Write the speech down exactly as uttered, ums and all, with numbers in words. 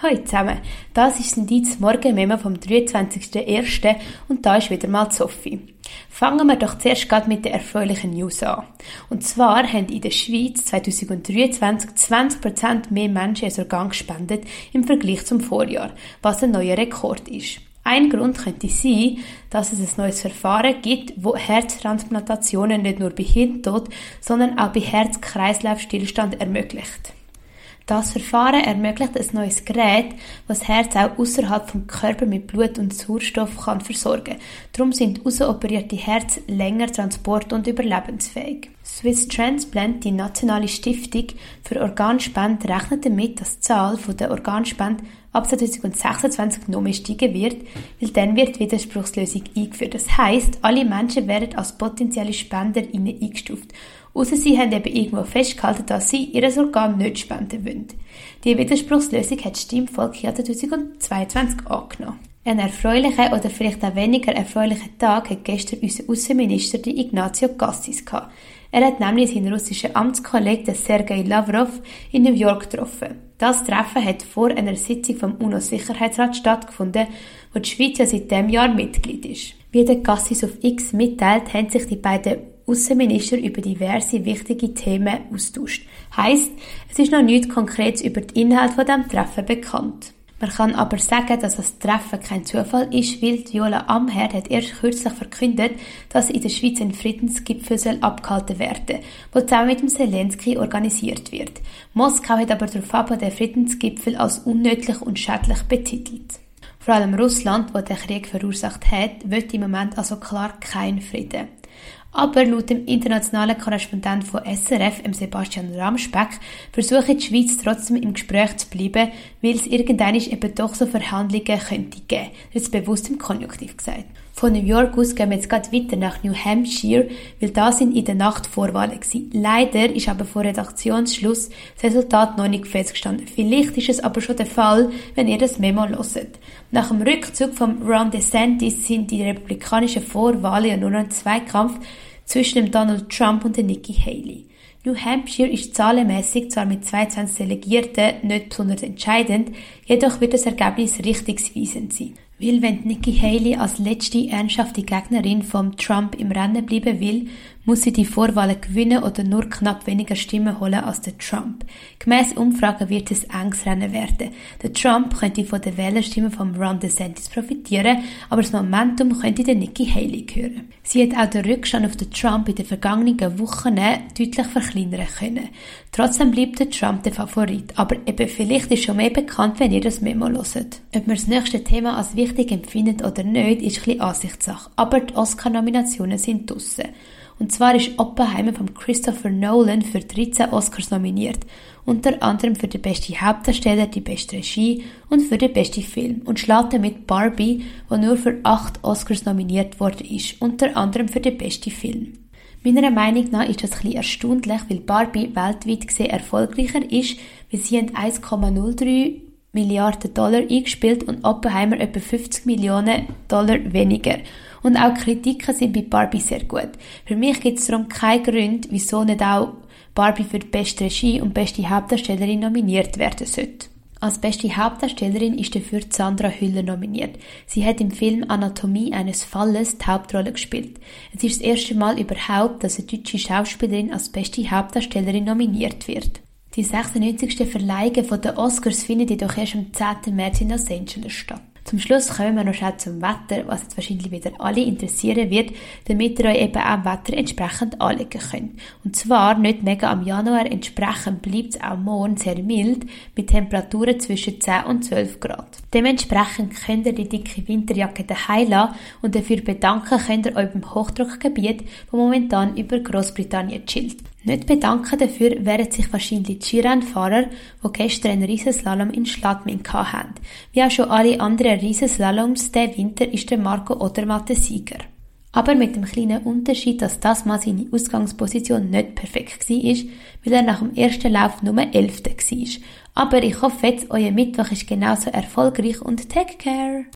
Hallo zusammen, das ist das Indiz Morgenmemo vom dreiundzwanzigsten ersten und da ist wieder mal Sophie. Fangen wir doch zuerst gerade mit der erfreulichen News an. Und zwar haben in der Schweiz zweitausenddreiundzwanzig zwanzig Prozent mehr Menschen ein Organ gespendet im Vergleich zum Vorjahr, was ein neuer Rekord ist. Ein Grund könnte sein, dass es ein neues Verfahren gibt, wo Herztransplantationen nicht nur bei Hirntod, sondern auch bei Herz-Kreislauf-Stillstand ermöglicht. Das Verfahren ermöglicht ein neues Gerät, das das Herz auch außerhalb vom Körper mit Blut und Sauerstoff kann versorgen. Darum sind außeroperierte Herzen länger transport- und überlebensfähig. Swiss Transplant, die nationale Stiftung für Organspende, rechnet damit, dass die Zahl der Organspende ab zwanzig sechsundzwanzig noch mehr steigen wird, weil dann wird die Widerspruchslösung eingeführt. Das heisst, alle Menschen werden als potenzielle Spender eingestuft. Ausser sie haben eben irgendwo festgehalten, dass sie ihr Organ nicht spenden wollen. Die Widerspruchslösung hat das Stimmvolk ja zweitausendzweiundzwanzig angenommen. Ein erfreulicher oder vielleicht auch weniger erfreulicher Tag hat gestern unser Außenminister Ignazio Cassis gehabt. Er hat nämlich seinen russischen Amtskollegen Sergei Lavrov in New York getroffen. Das Treffen hat vor einer Sitzung vom UNO-Sicherheitsrat stattgefunden, wo die Schweiz ja seit diesem Jahr Mitglied ist. Wie der Cassis auf X mitteilt, haben sich die beiden Außenminister über diverse wichtige Themen austauscht. Heisst, es ist noch nichts Konkretes über den Inhalt von diesem Treffen bekannt. Man kann aber sagen, dass das Treffen kein Zufall ist, weil Viola Amherd hat erst kürzlich verkündet, dass in der Schweiz ein Friedensgipfel soll abgehalten werden, der zusammen mit dem Zelensky organisiert wird. Moskau hat aber daraufhin den Friedensgipfel als unnötig und schädlich betitelt. Vor allem Russland, das den Krieg verursacht hat, will im Moment also klar keinen Frieden. Aber laut dem internationalen Korrespondent von S R F, Sebastian Ramspeck, versuche die Schweiz trotzdem im Gespräch zu bleiben, weil es irgendwann eben doch so Verhandlungen könnte geben. Das ist bewusst im Konjunktiv gesagt. Von New York aus gehen wir jetzt gerade weiter nach New Hampshire, weil da sind in der Nacht Vorwahlen gewesen. Leider ist aber vor Redaktionsschluss das Resultat noch nicht festgestanden. Vielleicht ist es aber schon der Fall, wenn ihr das Memo hört. Nach dem Rückzug von Ron DeSantis sind die republikanischen Vorwahlen ja nur noch ein Zweikampf zwischen dem Donald Trump und der Nikki Haley. New Hampshire ist zahlenmässig zwar mit zweiundzwanzig Delegierten nicht besonders entscheidend, jedoch wird das Ergebnis richtungsweisend sein. Weil wenn Nikki Haley als letzte ernsthafte Gegnerin von Trump im Rennen bleiben will, muss sie die Vorwahlen gewinnen oder nur knapp weniger Stimmen holen als der Trump. Gemäss Umfragen wird es ein enges Rennen werden. Der Trump könnte von den Wählerstimmen von Ron DeSantis profitieren, aber das Momentum könnte der Nikki Haley gehören. Sie hat auch den Rückstand auf den Trump in den vergangenen Wochen deutlich verkleinern können. Trotzdem bleibt der Trump der Favorit, aber eben vielleicht ist schon mehr bekannt, wenn ihr das Memo hört. Ob man das nächste Thema als wichtig empfindet oder nicht, ist ein bisschen Ansichtssache. Aber die Oscar-Nominationen sind draussen. Und zwar ist Oppenheimer von Christopher Nolan für dreizehn Oscars nominiert. Unter anderem für die beste Hauptdarsteller, die beste Regie und für den besten Film. Und schlägt damit Barbie, die nur für acht Oscars nominiert worden ist. Unter anderem für den besten Film. Meiner Meinung nach ist das ein bisschen erstaunlich, weil Barbie weltweit gesehen erfolgreicher ist, weil sie eins Komma null drei Milliarden Dollar eingespielt und Oppenheimer etwa fünfzig Millionen Dollar weniger. Und auch Kritiken sind bei Barbie sehr gut. Für mich gibt es darum keinen Grund, wieso nicht auch Barbie für die beste Regie und beste Hauptdarstellerin nominiert werden sollte. Als beste Hauptdarstellerin ist dafür Sandra Hüller nominiert. Sie hat im Film Anatomie eines Falles die Hauptrolle gespielt. Es ist das erste Mal überhaupt, dass eine deutsche Schauspielerin als beste Hauptdarstellerin nominiert wird. Die sechsundneunzigste Verleihung der Oscars findet jedoch erst am zehnten März in Los Angeles statt. Zum Schluss kommen wir noch schnell zum Wetter, was jetzt wahrscheinlich wieder alle interessieren wird, damit ihr euch eben auch im Wetter entsprechend anlegen könnt. Und zwar nicht mega am Januar, entsprechend bleibt es auch morgen sehr mild, mit Temperaturen zwischen zehn und zwölf Grad. Dementsprechend könnt ihr die dicke Winterjacke daheim lassen und dafür bedanken könnt ihr euch beim Hochdruckgebiet, das momentan über Grossbritannien chillt. Nicht bedanken dafür wären sich wahrscheinlich die Skirennfahrer, die gestern einen Riesenslalom in Schladming hatten. Wie auch schon alle anderen Riesenslaloms diesen Winter ist der Marco Odermatt der Sieger. Aber mit dem kleinen Unterschied, dass das mal seine Ausgangsposition nicht perfekt war, weil er nach dem ersten Lauf nur Elfter war. Aber ich hoffe jetzt, euer Mittwoch ist genauso erfolgreich und take care!